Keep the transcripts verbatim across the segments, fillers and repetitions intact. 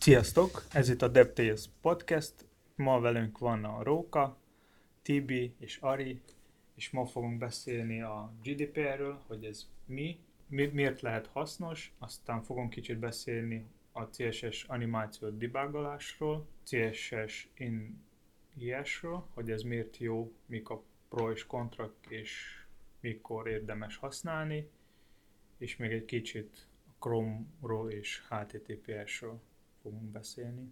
Sziasztok! Ez itt a DevTales Podcast. Ma velünk van a Róka, Tibi és Ari, és ma fogunk beszélni a gé dé pé er-ről, hogy ez mi, mi, miért lehet hasznos, aztán fogunk kicsit beszélni a cé es es animáció debugolásról, cé es es in i es-ről, hogy ez miért jó, mik a pro és kontra, és mikor érdemes használni, és még egy kicsit a Chrome-ról és há té té pé es-ről fogunk beszélni.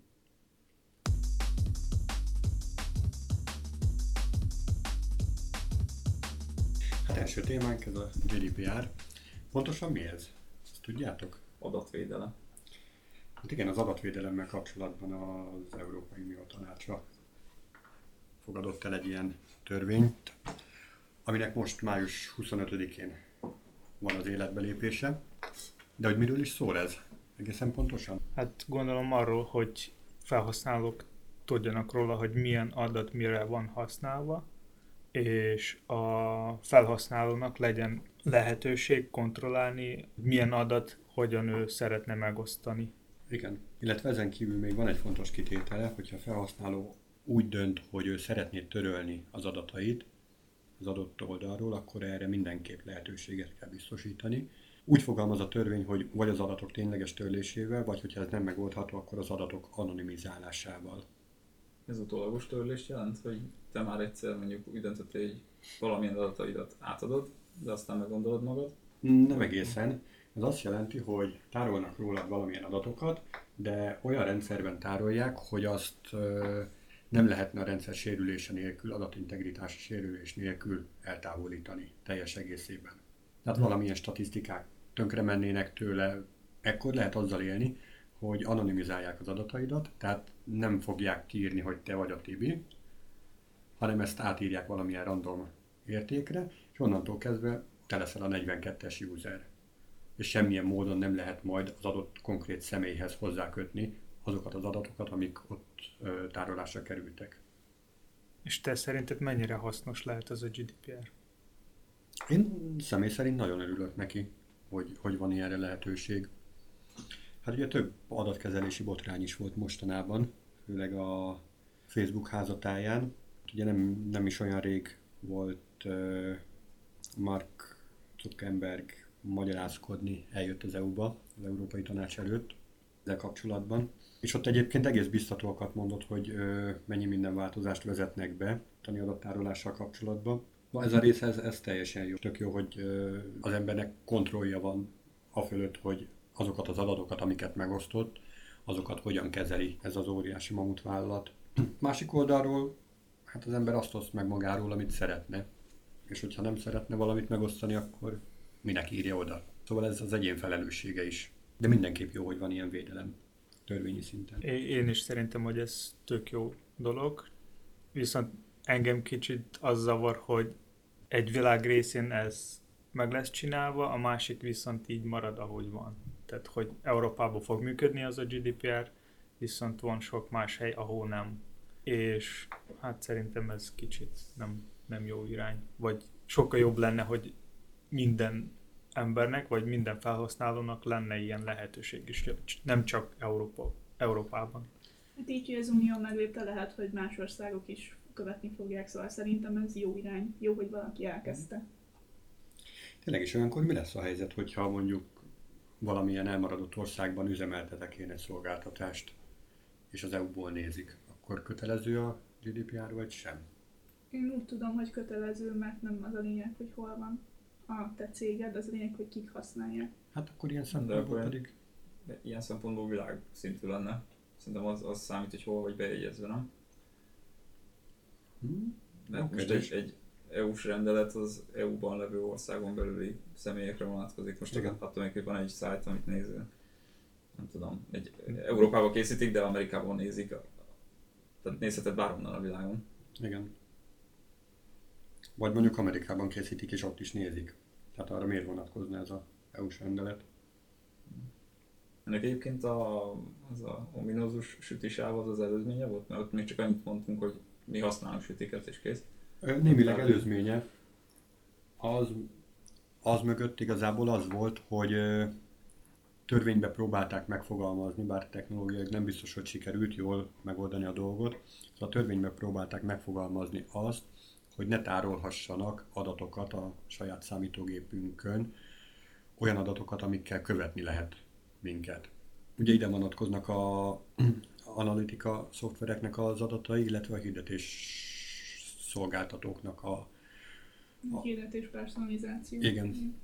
Hát első témánk ez a gé dé pé er. Pontosan mi ez? Ezt tudjátok? Adatvédelem. Hát igen, az adatvédelemmel kapcsolatban az Európai Unió Tanácsa fogadott el egy ilyen törvényt, aminek most május huszonötödikén van az életbelépése. De hogy miről is szól ez? Egészen pontosan? Hát gondolom arról, hogy felhasználók tudjanak róla, hogy milyen adat mire van használva, és a felhasználónak legyen lehetőség kontrollálni, milyen adat hogyan ő szeretne megosztani. Igen. Illetve ezen kívül még van egy fontos kitétele, hogyha a felhasználó úgy dönt, hogy ő szeretné törölni az adatait az adott oldalról, akkor erre mindenképp lehetőséget kell biztosítani. Úgy fogalmaz a törvény, hogy vagy az adatok tényleges törlésével, vagy hogyha ez nem megoldható, akkor az adatok anonimizálásával. Ez utólagos törlést jelent, hogy te már egyszer mondjuk úgy döntöttél, hogy valamilyen adataidat átadod, de aztán meggondolod magad? Nem egészen. Ez azt jelenti, hogy tárolnak rólad valamilyen adatokat, de olyan rendszerben tárolják, hogy azt ö, nem lehetne a rendszer sérülése nélkül, adatintegritási sérülés nélkül eltávolítani teljes egészében. Tehát valamilyen statisztikák tönkre mennének tőle, ekkor lehet azzal élni, hogy anonimizálják az adataidat, tehát nem fogják kiírni, hogy te vagy a Tibi, hanem ezt átírják valamilyen random értékre, és onnantól kezdve te leszel a negyvenkettes user. És semmilyen módon nem lehet majd az adott konkrét személyhez hozzákötni azokat az adatokat, amik ott ö, tárolásra kerültek. És te szerinted mennyire hasznos lehet ez a gé dé pé er? Én személy szerint nagyon örülök neki, hogy, hogy van ilyenre lehetőség. Hát ugye több adatkezelési botrány is volt mostanában, főleg a Facebook házatáján. Ugye nem, nem is olyan rég volt uh, Mark Zuckerberg magyarázkodni, eljött az é u-ba, az Európai Tanács előtt ezzel kapcsolatban. És ott egyébként egész biztatóakat mondott, hogy uh, mennyi minden változást vezetnek be a adattárolással kapcsolatban. Ez a rész, ez, ez teljesen jó. Tök jó, hogy uh, az embernek kontrollja van afölött, hogy azokat az adatokat, amiket megosztott, azokat hogyan kezeli ez az óriási mamutvállalat. Másik oldalról, hát az ember azt oszt meg magáról, amit szeretne. És hogyha nem szeretne valamit megosztani, akkor minek írja oda. Szóval ez az egyén felelőssége is. De mindenképp jó, hogy van ilyen védelem törvényi szinten. Én is szerintem, hogy ez tök jó dolog, viszont engem kicsit az zavar, hogy egy világ részén ez meg lesz csinálva, a másik viszont így marad, ahogy van. Tehát, hogy Európában fog működni az a gé dé pé er, viszont van sok más hely, ahol nem. És hát szerintem ez kicsit nem, nem jó irány. Vagy sokkal jobb lenne, hogy minden embernek, vagy minden felhasználónak lenne ilyen lehetőség is, nem csak Európa, Európában. Hát így, hogy az Unió meglépte, lehet, hogy más országok is követni fogják, szóval szerintem ez jó irány. Jó, hogy valaki elkezdte. Tényleg is olyankor mi lesz a helyzet, hogyha mondjuk valamilyen elmaradott országban üzemeltetek én egy szolgáltatást, és az é u-ból nézik, akkor kötelező a gé dé pé er vagy sem? Én úgy tudom, hogy kötelező, mert nem az a lényeg, hogy hol van a te céged, az a lényeg, hogy kik használják. Hát akkor ilyen szempontból pedig... De ilyen szempontból világ szintű lenne. Szerintem az, az számít, hogy hol vagy bejegyezve, nem? Hmm? De okay, most egy, egy é u-s rendelet az é u-ban levő országon belüli személyekre vonatkozik. Most igen, attól még, hogy van egy szájt, amit néző. Nem tudom, egy Európában készítik, de Amerikában nézik. Tehát nézheted bárhonnan a világon. Igen. Vagy mondjuk Amerikában készítik, és ott is nézik. Tehát arra miért vonatkozna ez a é u-s rendelet? Ennek egyébként a, az a ominózus sütisáv az az előzménye volt? Mert ott még csak annyit mondtunk, hogy mi használunk sütiket és kész. Némileg előzménye. Az, az mögött igazából az volt, hogy törvénybe próbálták megfogalmazni, bár technológiai nem biztos, hogy sikerült jól megoldani a dolgot. Szóval a törvénybe próbálták megfogalmazni azt, hogy ne tárolhassanak adatokat a saját számítógépünkön, olyan adatokat, amikkel követni lehet minket. Ugye ide vonatkoznak a analitika szoftvereknek az adatai, illetve a hirdetés szolgáltatóknak a... a hirdetés personalizáció. Igen.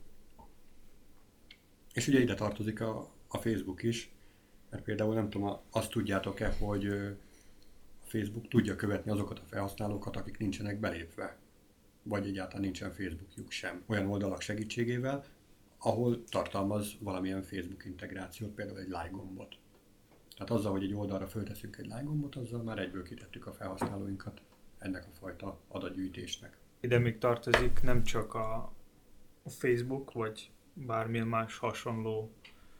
És ugye ide tartozik a, a Facebook is, mert például nem tudom, azt tudjátok-e, hogy a Facebook tudja követni azokat a felhasználókat, akik nincsenek belépve, vagy egyáltalán nincsen Facebookjuk sem. Olyan oldalak segítségével, ahol tartalmaz valamilyen Facebook integrációt, például egy like gombot. Tehát azzal, hogy egy oldalra fölteszünk egy like gombot, azzal már egyből kitettük a felhasználóinkat ennek a fajta adatgyűjtésnek. Ide még tartozik nem csak a Facebook, vagy bármilyen más hasonló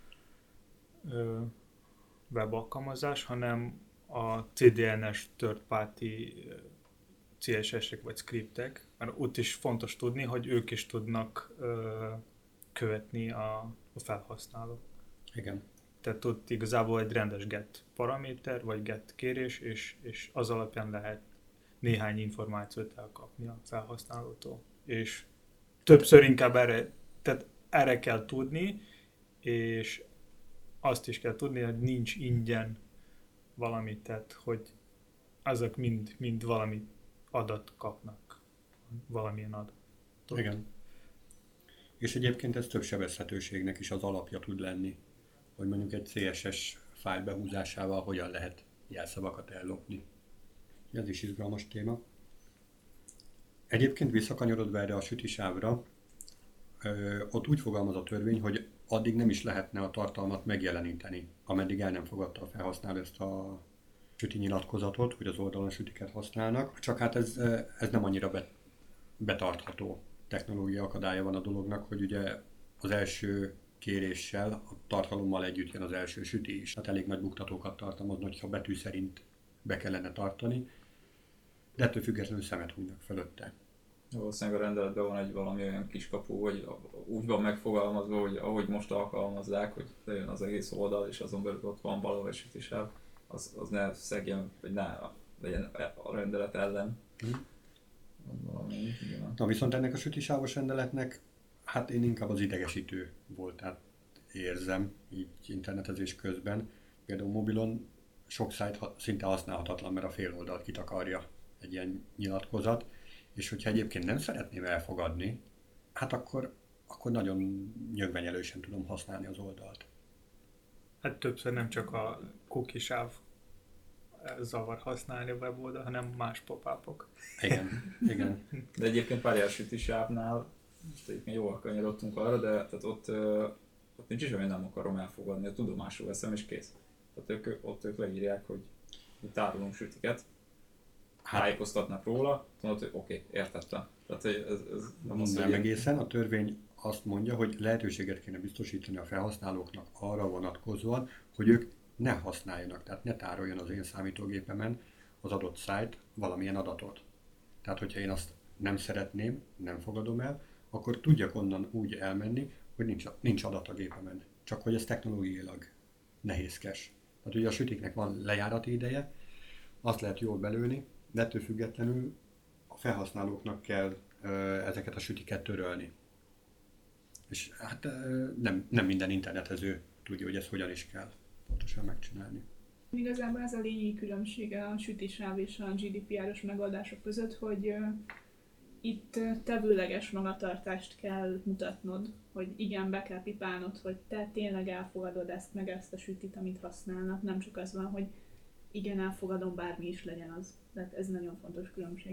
ö, webalkalmazás, hanem a cé dé en es third party cé es es-ek vagy scriptek, mert ott is fontos tudni, hogy ők is tudnak ö, követni a, a felhasználók. Igen. Tehát ott igazából egy rendes get paraméter, vagy get kérés, és, és az alapján lehet néhány információt elkapni a felhasználótól. És többször inkább erre, tehát erre kell tudni, és azt is kell tudni, hogy nincs ingyen valami, tehát hogy azok mind, mind valami adat kapnak, valamilyen adat. Igen. És egyébként ez több sebezhetőségnek is az alapja tud lenni, hogy mondjuk egy cé es es fájl behúzásával hogyan lehet jelszavakat ellopni. Ez is izgalmas téma. Egyébként visszakanyarodva erre a sütisávra, ott úgy fogalmaz a törvény, hogy addig nem is lehetne a tartalmat megjeleníteni, ameddig el nem fogadta a felhasználó ezt a süti nyilatkozatot, hogy az oldalon sütiket használnak, csak hát ez, ez nem annyira betartható. Technológia akadálya van a dolognak, hogy ugye az első kéréssel, a tartalommal együtt jön az első süti is. Hát elég nagy buktatókat tartalmazna, hogyha betű szerint be kellene tartani, de ettől függetlenül szemet hújnak fölötte. Valószínűleg a rendeletben van egy valami olyan kiskapu, hogy úgy van megfogalmazva, hogy ahogy most alkalmazzák, hogy lejön az egész oldal, és azon belül ott van valahol egy sütisáv, az, az ne szegjen, vagy ne legyen a rendelet ellen. Hmm. Valami, igen. Na viszont ennek a sütisávos rendeletnek, hát én inkább az idegesítő voltát érzem, így internetezés közben. Például mobilon sok szájt szinte használhatatlan, mert a fél oldalt kitakarja egy ilyen nyilatkozat, és hogyha egyébként nem szeretném elfogadni, hát akkor, akkor nagyon nyögvenyelősen tudom használni az oldalt. Hát többször nem csak a cookie sáv zavar használni a weboldal, hanem más pop-upok. Igen, igen. De egyébként pár sütisávnál, most egyébként jól kanyarodtunk arra, de tehát ott, ott nincs is, hogy nem akarom elfogadni, a tudomásul veszem és kész. Tehát ők, ott ők leírják, hogy tárolunk sütiket, tájékoztatnak róla, mondod, hogy oké, okay, értettem. Tehát ez, ez nem az, nem hogy egészen, a törvény azt mondja, hogy lehetőséget kéne biztosítani a felhasználóknak arra vonatkozóan, hogy ők ne használjanak, tehát ne tároljon az én számítógépemen az adott szájt valamilyen adatot. Tehát, hogyha én azt nem szeretném, nem fogadom el, akkor tudjak onnan úgy elmenni, hogy nincs, nincs adat a gépemen. Csak hogy ez technológiailag nehézkes. Tehát ugye a sütiknek van lejárati ideje, azt lehet jól belőni, de ettől függetlenül a felhasználóknak kell ö, ezeket a sütiket törölni. És hát ö, nem, nem minden internetező tudja, hogy ezt hogyan is kell pontosan megcsinálni. Igazából ez a lényegi különbsége a sütisáv és a gé dé pé er-os megoldások között, hogy uh, itt uh, tevőleges magatartást kell mutatnod, hogy igen, be kell pipálnod, hogy te tényleg elfogadod ezt meg ezt a sütit, amit használnak, nem csak az van, hogy igen, elfogadom, bármi is legyen az. Tehát ez nagyon fontos különbség.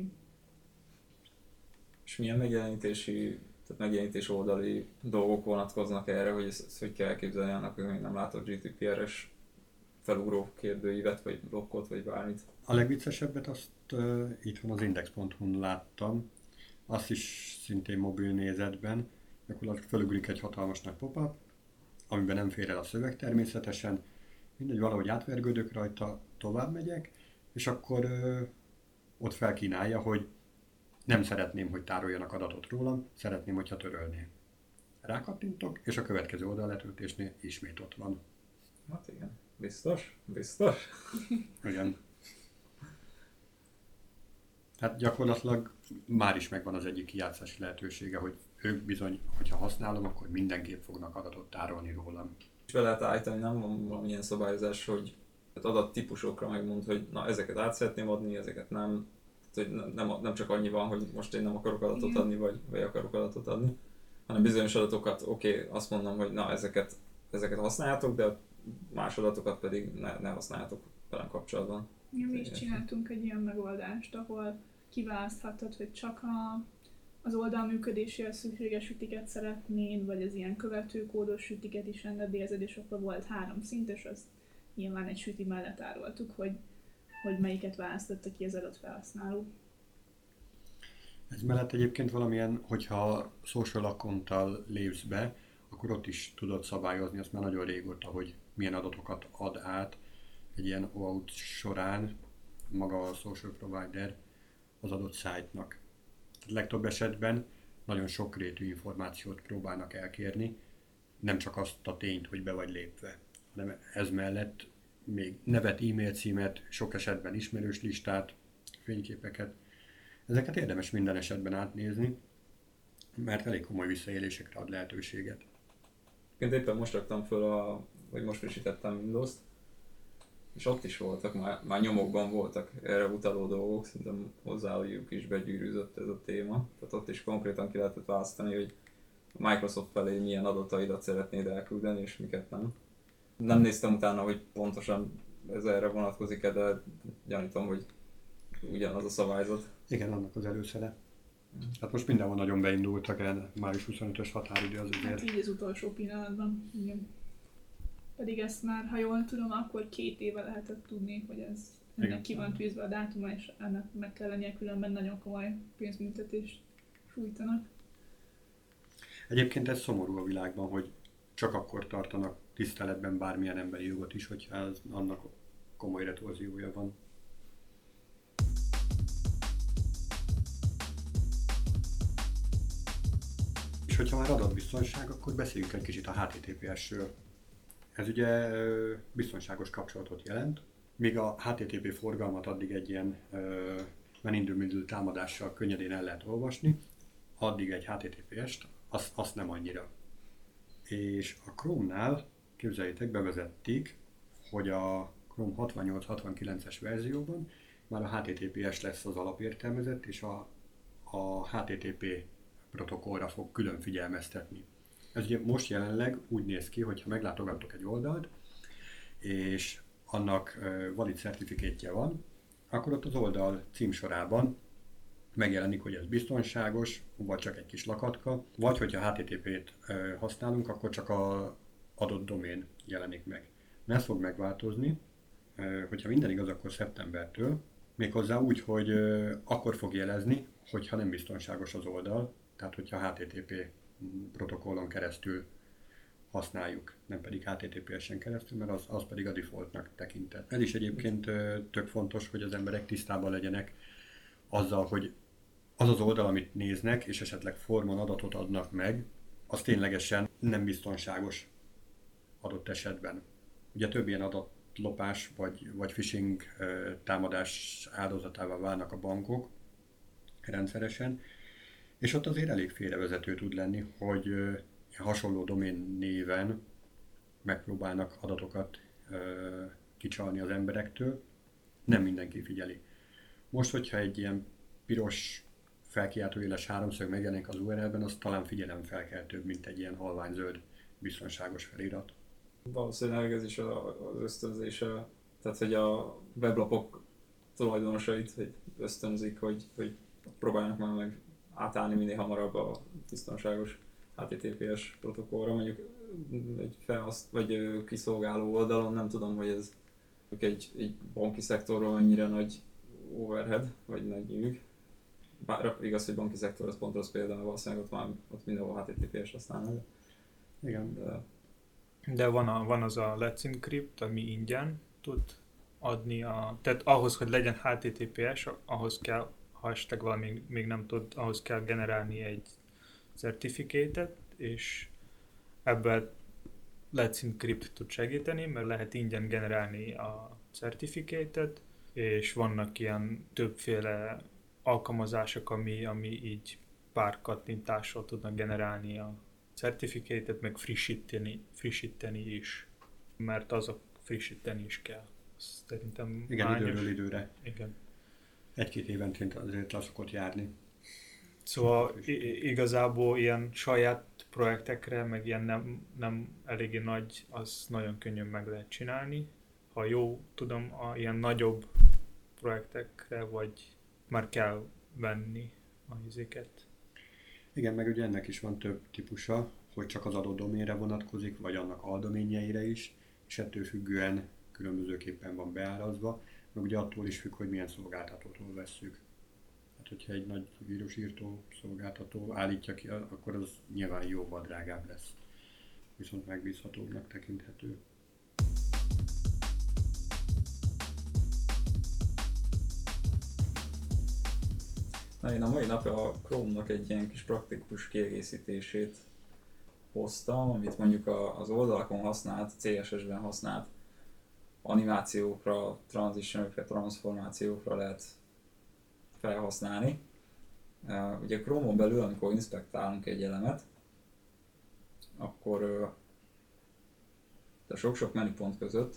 És milyen megjelenítési, tehát megjelenítés oldali dolgok vonatkoznak erre, hogy ezt, ezt hogy kell elképzelni annak, hogy még nem látott gé dé pé er-es felugró kérdőívet, vagy blokkot, vagy bármit? A legviccesebbet azt uh, itthon az index pont hu-n láttam, azt is szintén mobil nézetben, gyakorlatilag fölugrik egy hatalmas nagy pop-up, amiben nem fér el a szöveg természetesen, mindegy, valahogy átvergődök rajta, tovább megyek, és akkor uh, ott felkínálja, hogy nem szeretném, hogy tároljanak adatot rólam, szeretném, hogyha törölném. rákattintok, és a következő oldal letöltésnél ismét ott van. Hát igen, biztos, biztos. Igen. Hát gyakorlatilag már is megvan az egyik kijátszási lehetősége, hogy ők bizony, hogyha használom, akkor mindenképp fognak adatot tárolni rólam. És be lehet állítani, nem van valamilyen szabályozás, hogy adattípusokra megmond, hogy na ezeket át szeretném adni, ezeket nem. Tehát, hogy nem, nem csak annyi van, hogy most én nem akarok adatot Igen. adni, vagy, vagy akarok adatot adni, hanem bizonyos adatokat, oké, okay, azt mondom, hogy na ezeket, ezeket használjátok, de más adatokat pedig ne, ne használjátok velem kapcsolatban. Ja, mi is csináltunk egy ilyen megoldást, ahol kiválaszthatod, hogy csak a, az oldal működéséhez szükséges sütiket szeretnéd, vagy az ilyen követőkódos sütiket is engedélyezed, és akkor volt három szint, és azt nyilván egy süti mellett árultuk, hogy, hogy melyiket választotta ki az adott felhasználó. Ez mellett egyébként valamilyen, hogyha social accounttal lépsz be, akkor ott is tudod szabályozni, azt már nagyon régóta, hogy milyen adatokat ad át egy ilyen O auth során maga a social provider az adott szájtnak. A legtöbb esetben nagyon sokrétű információt próbálnak elkérni, nem csak azt a tényt, hogy be vagy lépve, hanem ez mellett még nevet, e-mail címet, sok esetben ismerős listát, fényképeket. Ezeket érdemes minden esetben átnézni, mert elég komoly visszaélésekre ad lehetőséget. Én éppen most raktam föl, a, vagy most frissítettem Windows-t, és ott is voltak, már, már nyomokban voltak erre utaló dolgok, szerintem hozzájuk is begyűrűzött ez a téma. Tehát ott is konkrétan ki lehetett választani, hogy a Microsoft felé milyen adataidat szeretnéd elküldeni, és miket nem. Nem néztem utána, hogy pontosan ez erre vonatkozik-e, de gyanítom, hogy ugyanaz a szabályzat. Igen, annak az előszere. Hát most mindenhol nagyon beindultak el, május huszonötös határidő az Hát azért. így az utolsó pillanatban, igen. Pedig ezt már, ha jól tudom, akkor két éve lehetett tudni, hogy ez ennek Igen. ki van tűzve a dátuma, és ennek meg kell lennie, különben nagyon komoly pénzbüntetést sújtanak. Egyébként ez szomorú a világban, hogy csak akkor tartanak tiszteletben bármilyen emberi jogot is, hogyha az, annak komoly retorziója van. És hogyha már adatbiztonság, akkor beszéljünk egy kicsit a há té té pé es-ről. Ez ugye biztonságos kapcsolatot jelent, míg a há té té pé forgalmat addig egy ilyen man in the middle támadással könnyedén el lehet olvasni, addig egy há té té pé est, azt, azt nem annyira. És a Chrome-nál, képzeljétek, bevezették, hogy a Chrome hatvannyolc hatvankilences verzióban már a há té té pé es lesz az alapértelmezett, és a, a há té té pé protokollra fog külön figyelmeztetni. Ez ugye most jelenleg úgy néz ki, hogy ha meglátogatok egy oldalt, és annak uh, valid certifikétje van, akkor ott az oldal címsorában megjelenik, hogy ez biztonságos, vagy csak egy kis lakatka, vagy hogyha há té té pét uh, használunk, akkor csak az adott domén jelenik meg. Ez fog megváltozni, uh, hogyha minden igaz, akkor szeptembertől, méghozzá úgy, hogy uh, akkor fog jelezni, hogyha nem biztonságos az oldal, tehát hogyha há té té pé protokollon keresztül használjuk, nem pedig há té té pé es-en keresztül, mert az, az pedig a defaultnak tekintett. Ez is egyébként tök fontos, hogy az emberek tisztában legyenek azzal, hogy az az oldal, amit néznek, és esetleg formon adatot adnak meg, az ténylegesen nem biztonságos adott esetben. Ugye több ilyen adatlopás vagy, vagy phishing támadás áldozatává válnak a bankok rendszeresen, és ott azért elég félrevezető tud lenni, hogy uh, hasonló domén néven megpróbálnak adatokat uh, kicsalni az emberektől. Nem mindenki figyeli. Most, hogyha egy ilyen piros felkiáltójeles háromszög megjelenik az u er el-ben, az talán figyelemfelkeltőbb, mint egy ilyen halványzöld biztonságos felirat. Valószínűleg ez is az ösztönzése, tehát hogy a weblapok tulajdonosait hogy ösztönzik, hogy, hogy próbálnak már meg átállni minél hamarabb a biztonságos há té té pé es protokollra, mondjuk egy felhaszt, vagy kiszolgáló oldalon, nem tudom, hogy ez egy, egy banki szektorról mennyire nagy overhead, vagy nagy nyűg. Bár igaz, hogy banki szektor az pont rossz példa, mert valószínűleg ott, már, ott mindenhol há té té pé es használnak. Igen. De, De van, a, van az a Let's Encrypt, ami ingyen tud adni a... Tehát ahhoz, hogy legyen há té té pé es, ahhoz kell, ha esetleg valami még nem tud, ahhoz kell generálni egy certifikétet, és ebben Let's Encrypt tud segíteni, mert lehet ingyen generálni a certificate-et, és vannak ilyen többféle alkalmazások, ami, ami így pár kattintással tudnak generálni a certificate-et, meg frissíteni, frissíteni is, mert azok frissíteni is kell. Szerintem Igen, hányos. időről időre. Igen. Egy-két évenként azért le szokott járni. Szóval i- igazából ilyen saját projektekre, meg ilyen nem, nem eléggé nagy, az nagyon könnyen meg lehet csinálni. Ha jó tudom, a ilyen nagyobb projektekre, vagy már kell venni a izéket. Igen, meg ugye ennek is van több típusa, hogy csak az adott doménre vonatkozik, vagy annak aldoményeire is, és ettől függően különbözőképpen van beárazva, meg ugye attól is függ, hogy milyen szolgáltatótól vesszük. Hát, hogyha egy nagy vírusírtó szolgáltató állítja ki, akkor az nyilván jóval drágább lesz, viszont megbízhatóbbnak tekinthető. Na, én a mai napra a Chrome-nak egy ilyen kis praktikus kiegészítését hoztam, amit mondjuk az oldalakon használt, cé es es-ben használt animációkra, transitionokra, transformációkra lehet felhasználni. Uh, ugye Chrome-on belül, amikor inspektálunk egy elemet, akkor uh, a sok-sok menüpont között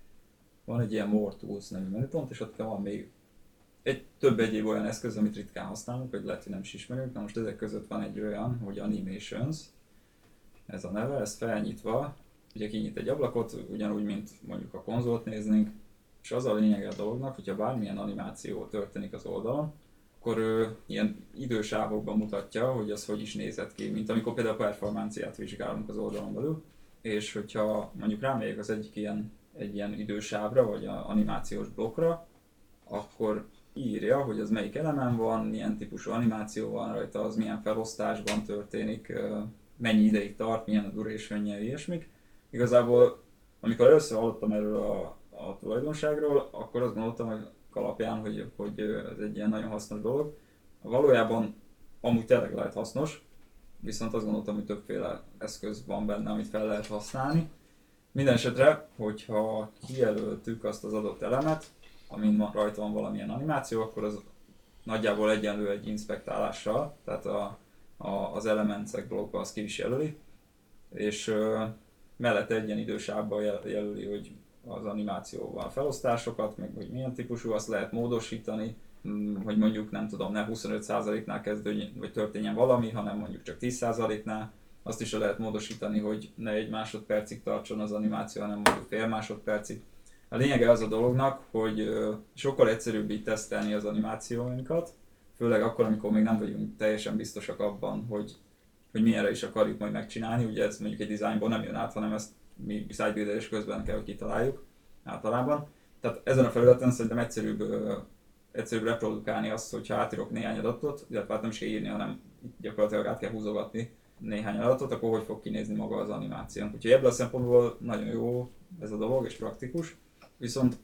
van egy ilyen More Tools nevű menüpont, és ott van még egy több egyéb olyan eszköz, amit ritkán használunk, vagy lehet, hogy nem is ismerünk. Na most ezek között van egy olyan, hogy Animations, ez a neve, ezt felnyitva, ugye kinyit egy ablakot, ugyanúgy, mint mondjuk a konzolt néznénk, és az a lényege a dolognak, hogyha bármilyen animáció történik az oldalon, akkor ő ilyen idősávokban mutatja, hogy az hogy is nézett ki, mint amikor például a performanciát vizsgálunk az oldalon belül, és hogyha mondjuk rámegyek az egyik ilyen, egy ilyen idősávra, vagy a animációs blokkra, akkor írja, hogy az melyik elemen van, milyen típusú animáció van rajta, az milyen felosztásban történik, mennyi ideig tart, milyen a duration-je, ilyesmik. Igazából, amikor először hallottam erről a, a tulajdonságról, akkor azt gondoltam, hogy alapján, hogy, hogy ez egy ilyen nagyon hasznos dolog. Valójában amúgy tényleg lehet hasznos, viszont azt gondoltam, hogy többféle eszköz van benne, amit fel lehet használni. Minden esetre, hogyha kijelöltük azt az adott elemet, amin rajta van valamilyen animáció, akkor az nagyjából egyenlő egy inspektálással, tehát a, a, az elementek blokkba az ki is jelöli, és ö, mellette egy ilyen idősávban jelöli, hogy az animációval felosztásokat, meg hogy milyen típusú, azt lehet módosítani, hogy mondjuk nem tudom, ne huszonöt százaléknál kezdődjön, vagy történjen valami, hanem mondjuk csak tíz százaléknál. Azt is lehet módosítani, hogy ne egy másodpercig tartson az animáció, hanem mondjuk fél másodpercig. A lényege az a dolognak, hogy sokkal egyszerűbb így tesztelni az animációinkat, főleg akkor, amikor még nem vagyunk teljesen biztosak abban, hogy, hogy milyenre is akarjuk majd megcsinálni. Ugye ez mondjuk egy dizájnból nem jön át, hanem ezt mi sitebuilderés közben kell, hogy kitaláljuk általában. Tehát ezen a felületen szerintem egyszerűbb, egyszerűbb reprodukálni azt, hogyha átírok néhány adatot, illetve hát nem is kell írni, hanem gyakorlatilag át kell húzogatni néhány adatot, akkor hogy fog kinézni maga az animációnk. Úgyhogy ebből a szempontból nagyon jó ez a dolog és praktikus. Viszont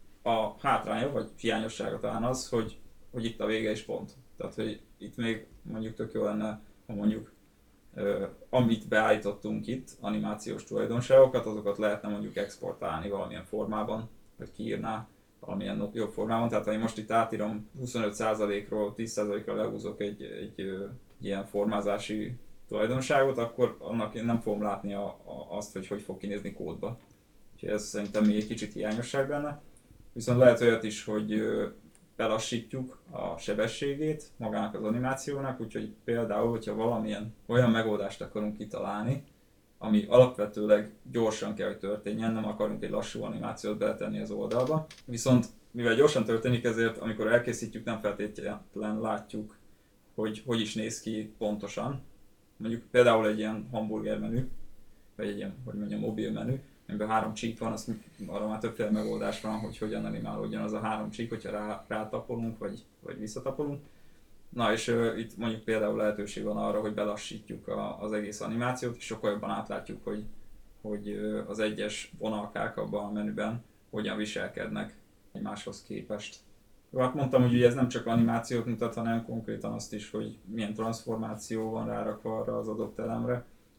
a hátránya, vagy hiányossága talán az, hogy, hogy itt a vége is pont. Tehát, hogy itt még mondjuk tök jó lenne, ha mondjuk uh, amit beállítottunk itt, animációs tulajdonságokat, azokat lehetne mondjuk exportálni valamilyen formában, vagy kiírná valamilyen jobb formában. Tehát, ha én most itt átírom huszonöt százalékról tíz százalékra lehúzok egy, egy, egy ilyen formázási tulajdonságot, akkor annak én nem fogom látni a, a, azt, hogy hogy fog kinézni kódba. Úgyhogy ez szerintem még egy kicsit hiányosság benne. Viszont lehet olyat is, hogy belassítjuk a sebességét magának az animációnak, úgyhogy például, hogyha valamilyen olyan megoldást akarunk kitalálni, ami alapvetőleg gyorsan kell, hogy történjen, nem akarunk egy lassú animációt beletenni az oldalba. Viszont mivel gyorsan történik, ezért amikor elkészítjük, nem feltétlenül látjuk, hogy hogy is néz ki pontosan. Mondjuk például egy ilyen hamburger menü, vagy egy ilyen, hogy mondjam, mobil menü, amiben három csík van, azt arra már többféle megoldás van, hogy hogyan animálódjon az a három csík, hogyha rá, rátapolunk, vagy, vagy visszatapolunk. Na és uh, itt mondjuk például lehetőség van arra, hogy belassítjuk a, az egész animációt, és sokkal jobban átlátjuk, hogy, hogy uh, az egyes vonalkák abban a menüben hogyan viselkednek egymáshoz képest. Jó, hát mondtam, hogy ugye ez nem csak animációt mutat, hanem konkrétan azt is, hogy milyen transformáció van rárakva arra az adott elemre.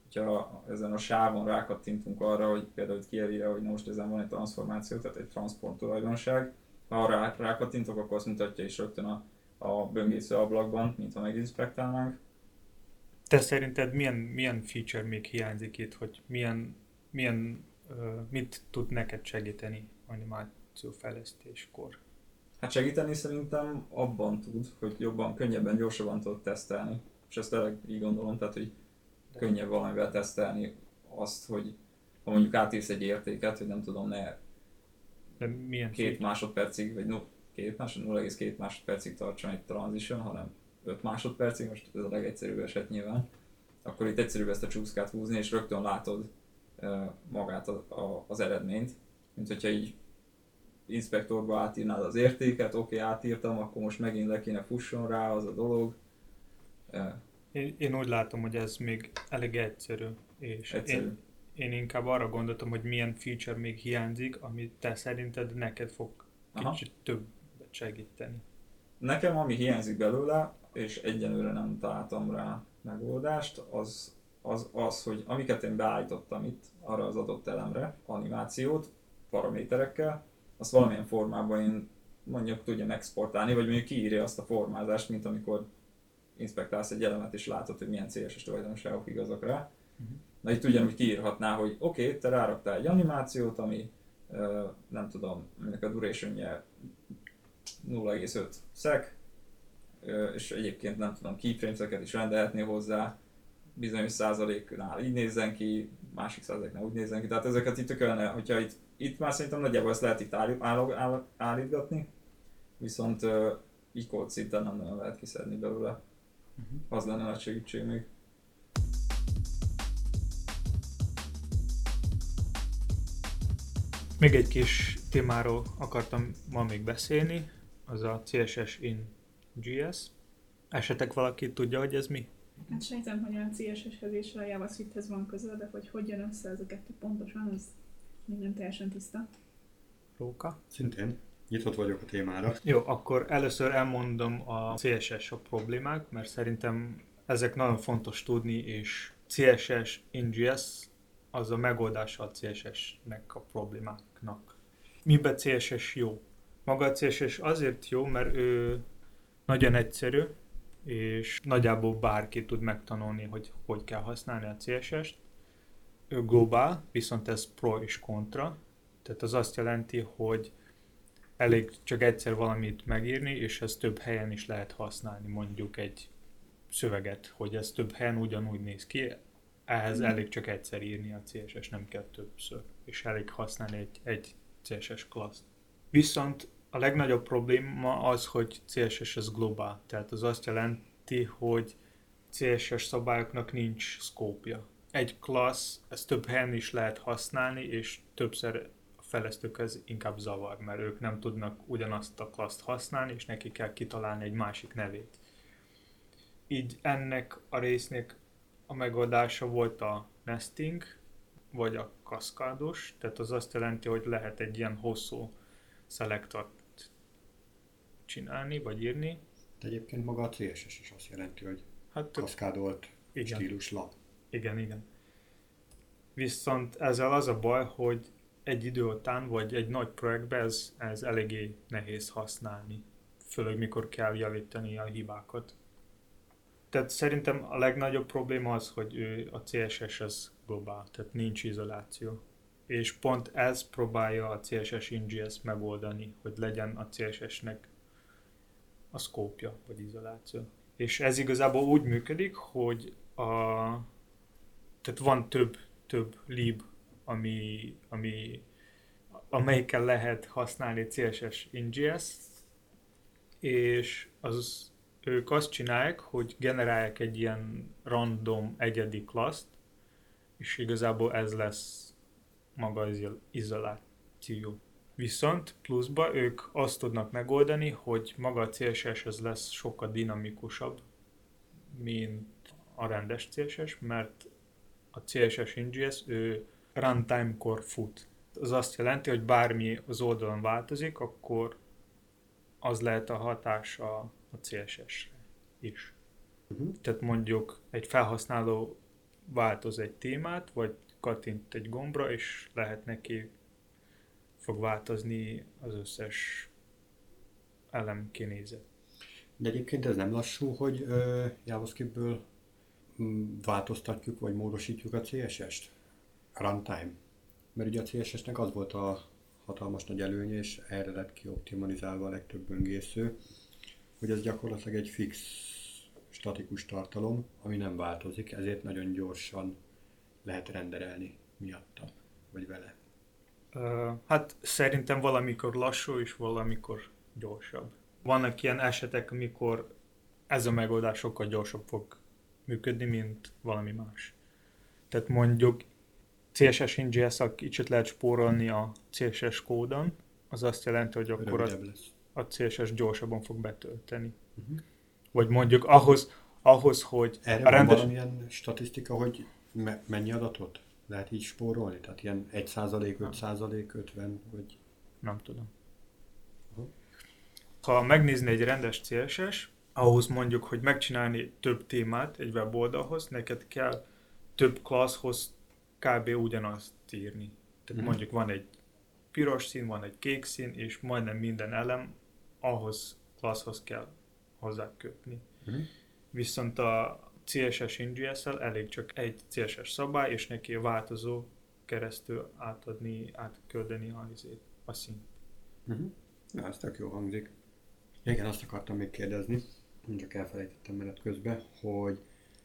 hogyha ezen a sávon rákattintunk arra, hogy például itt kiírja, hogy most ezen van egy transformáció, tehát egy transport tulajdonság, ha arra rákattintok, akkor azt mutatja is rögtön a, a böngésző ablakban, mintha meginspektálnánk. Te szerinted milyen, milyen feature még hiányzik itt, hogy milyen, milyen, uh, mit tud neked segíteni animációfejlesztéskor? Hát segíteni szerintem abban tud, hogy jobban, könnyebben, gyorsabban tudod tesztelni. És ezt tényleg így gondolom, tehát hogy könnyebb valamivel tesztelni azt, hogy ha mondjuk átírsz egy értéket, hogy nem tudom, ne De milyen két feature? másodpercig, vagy no, két másod, nulla egész két másodpercig tartson egy transition, hanem öt másodpercig, most ez a legegyszerűbb eset nyilván, akkor itt egyszerűbb ezt a csúszkát húzni, és rögtön látod uh, magát a, a, az eredményt, mint hogyha így inspektorba átírnád az értéket, oké, okay, átírtam, akkor most megint le kéne fusson rá az a dolog. Uh, Én, én úgy látom, hogy ez még elég egyszerű, és egyszerű. én, én inkább arra gondoltam, hogy milyen feature még hiányzik, amit te szerinted neked fog Aha. kicsit többet segíteni. Nekem ami hiányzik belőle, és egyenlőre nem találtam rá megoldást, az az, az, hogy amiket én beállítottam itt arra az adott elemre, animációt, paraméterekkel, azt valamilyen formában én mondjuk tudjam exportálni, vagy mondjuk kiírja azt a formázást, mint amikor inspektálsz egy elemet és látod, hogy milyen cé es es tulajdonságok igazak rá. Uh-huh. Na itt ugyanúgy kiírhatná, hogy oké, okay, te ráraktál egy animációt, ami uh, nem tudom, aminek a duration-je nulla egész öt szek, uh, és egyébként nem tudom, keyframes-eket is rendelhetnél hozzá, bizonyos százaléknál így nézzen ki, másik százaléknál úgy nézzen ki, tehát ezeket itt tökölne, hogyha itt, itt már szerintem nagyjából ezt lehet itt áll, áll, áll, állítgatni, viszont uh, így kód szinten nem nagyon lehet kiszedni belőle. Uh-huh. Az lenne nagy segítség még. Még egy kis témáról akartam ma még beszélni, az a cé es es in gé es. Esetleg valaki tudja, hogy ez mi? Hát sejtem, hogy a cé es es-hez és a JavaScripthez van közel, de hogy hogy jön össze ez a kettő pontosan, az még nem teljesen tiszta. Róka? Szintén. Nyitott vagyok a témára. Jó, akkor először elmondom a cé es es a problémák, mert szerintem ezek nagyon fontos tudni, és cé es es in gé es az a megoldása a cé es es-nek a problémáknak. Miben cé es es jó? Maga a cé es es azért jó, mert ő nagyon egyszerű, és nagyjából bárki tud megtanulni, hogy hogy kell használni a cé es est. Ő globál, viszont ez pro és kontra. Tehát az azt jelenti, hogy elég csak egyszer valamit megírni, és ez több helyen is lehet használni, mondjuk egy szöveget, hogy ez több helyen ugyanúgy néz ki. Ehhez elég csak egyszer írni a cé es es, nem kell többször, és elég használni egy, egy cé es es class-t. Viszont a legnagyobb probléma az, hogy cé es es az globál, tehát az azt jelenti, hogy cé es es szabályoknak nincs szkópja. Egy class, ezt több helyen is lehet használni, és többször a fejlesztőkhez inkább zavar, mert ők nem tudnak ugyanazt a class-t használni, és neki kell kitalálni egy másik nevét. Így ennek a résznek a megoldása volt a nesting, vagy a kaszkádos, tehát az azt jelenti, hogy lehet egy ilyen hosszú szelektort csinálni, vagy írni. De egyébként maga a cé es es is azt jelenti, hogy Hát, kaszkádolt stílus lap. Igen, igen. Viszont ezzel az a baj, hogy egy idő után, vagy egy nagy projektben ez, ez eléggé nehéz használni. Főleg mikor kell javítani a hibákat. Tehát szerintem a legnagyobb probléma az, hogy ő, a cé es es az globál, tehát nincs izoláció. És pont ez próbálja a cé es es in gé es megoldani, hogy legyen a cé es es-nek a szkópja, vagy izoláció. És ez igazából úgy működik, hogy a, tehát van több, több lib, ami, ami, amelyikkel lehet használni cé es es in gé es, és az, ők azt csinálják, hogy generálják egy ilyen random egyedi class-t, és igazából ez lesz maga az izoláció. Viszont pluszba ők azt tudnak megoldani, hogy maga a cé es es az lesz sokkal dinamikusabb, mint a rendes cé es es, mert a cé es es in gé es ő runtime-kor fut. Az azt jelenti, hogy bármi az oldalon változik, akkor az lehet a hatása a cé es es-re is. Uh-huh. Tehát mondjuk egy felhasználó változ egy témát, vagy kattint egy gombra, és lehet neki fog változni az összes elem kinézet. De egyébként ez nem lassú, hogy ö, JavaScriptből m, változtatjuk, vagy módosítjuk a cé es est? Runtime. Mert ugye a cé es esnek az volt a hatalmas nagy előnye, és erre lett kioptimalizálva a legtöbb böngésző, hogy ez gyakorlatilag egy fix, statikus tartalom, ami nem változik, ezért nagyon gyorsan lehet renderelni miatta, vagy vele. Uh, hát szerintem valamikor lassú, és valamikor gyorsabb. Vannak ilyen esetek, amikor ez a megoldás sokkal gyorsabb fog működni, mint valami más. Tehát mondjuk cé es es in jé es-szal kicsit lehet spórolni a cé es es kódon, az azt jelenti, hogy akkor a, a cé es es gyorsabban fog betölteni. Uh-huh. Vagy mondjuk ahhoz, ahhoz hogy... Erre a rendes... van valamilyen statisztika, hogy me- mennyi adatot lehet így spórolni? Tehát ilyen egy százalék, öt százalék, ötven, vagy... Nem tudom. Uh-huh. Ha megnézni egy rendes cé es es, ahhoz mondjuk, hogy megcsinálni több témát egy weboldalhoz, neked kell több klasszhoz kb. Ugyanazt írni. Tehát mm. mondjuk van egy piros szín, van egy kék szín, és majdnem minden elem ahhoz klasszhoz kell hozzá kötni. Mm. Viszont a cé es es in jé es-szel elég csak egy cé es es szabály, és neki a változó keresztül átadni, átküldeni a, a színt. Mm-hmm. Na, ez tök jó hangzik. Igen, azt akartam még kérdezni, csak elfelejtettem menet közben, hogy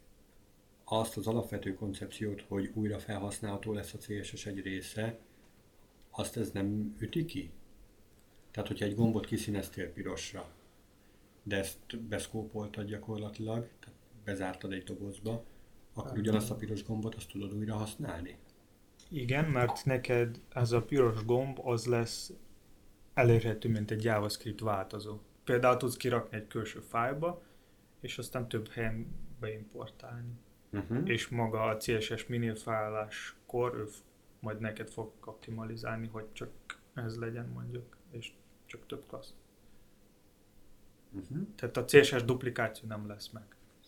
azt az alapvető koncepciót, hogy újra felhasználható lesz a cé es es egy része, azt ez nem üti ki? Tehát, hogyha egy gombot kiszíneztél pirosra, de ezt beszkópoltad gyakorlatilag, tehát bezártad egy dobozba, akkor ugyanazt a piros gombot azt tudod újra használni? Igen, mert neked ez a piros gomb az lesz elérhető, mint egy JavaScript változó. Például tudsz kirakni egy külső fájlba, és aztán több helyen beimportálni. Uh-huh. És maga a cé es es minifáláskor ő majd neked fog optimalizálni, hogy csak ez legyen mondjuk, és csak több klassz. Uh-huh. Tehát a cé es es duplikáció nem lesz meg.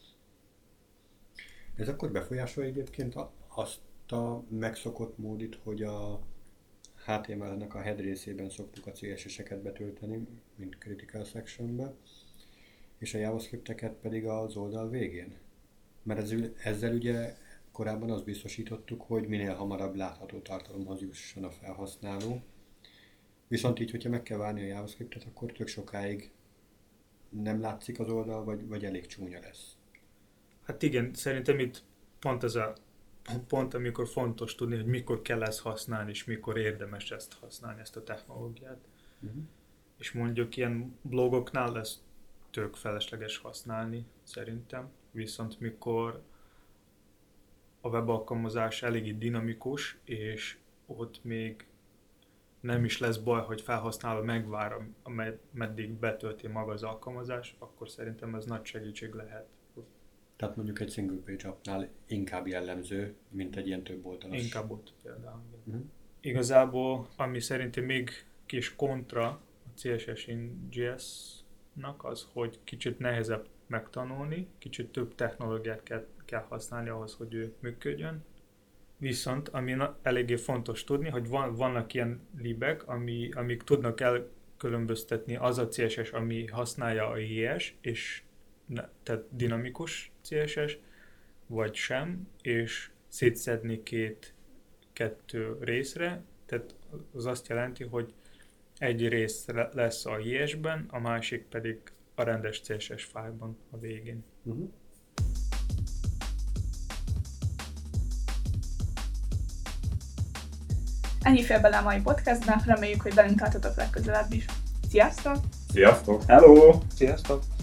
Ez akkor befolyásolja egyébként azt a megszokott módit, hogy a há té em el-nek a head részében szoktuk a cé es es-eket betölteni, mint critical sectionbe, és a JavaScript-eket pedig az oldal végén. Mert ezzel, ezzel ugye korábban azt biztosítottuk, hogy minél hamarabb látható tartalomhoz jusson a felhasználó. Viszont így, hogyha meg kell várni a JavaScript-et, akkor tök sokáig nem látszik az oldal, vagy, vagy elég csúnya lesz. Hát igen, szerintem itt pont ez a pont, amikor fontos tudni, hogy mikor kell ezt használni, és mikor érdemes ezt használni, ezt a technológiát. Uh-huh. És mondjuk ilyen blogoknál lesz tök felesleges használni, szerintem. Viszont mikor a webalkalmazás eléggé dinamikus, és ott még nem is lesz baj, hogy felhasználó megvár, meddig betölti maga az alkalmazás, akkor szerintem ez nagy segítség lehet. Tehát mondjuk egy single page appnál inkább jellemző, mint egy ilyen több oldalas. Inkább ott például. Uh-huh. Igazából, ami szerintem még kis kontra a cé es es in jé es-nak az, hogy kicsit nehezebb megtanulni, kicsit több technológiát kell, kell használni ahhoz, hogy ő működjön. Viszont, ami na, eléggé fontos tudni, hogy van, vannak ilyen libek, ami, amik tudnak elkülönböztetni az a cé es es, ami használja a jé es, és ne, tehát dinamikus cé es es, vagy sem, és szétszedni két, kettő részre, tehát az azt jelenti, hogy egy rész lesz a jé es-ben, a másik pedig a rendes cé es es fájlban a végén. Uh-huh. Ennyi fér bele a mai podcastbe, reméljük, hogy velünk tartotok legközelebb is. Sziasztok! Sziasztok! Hello! Sziasztok!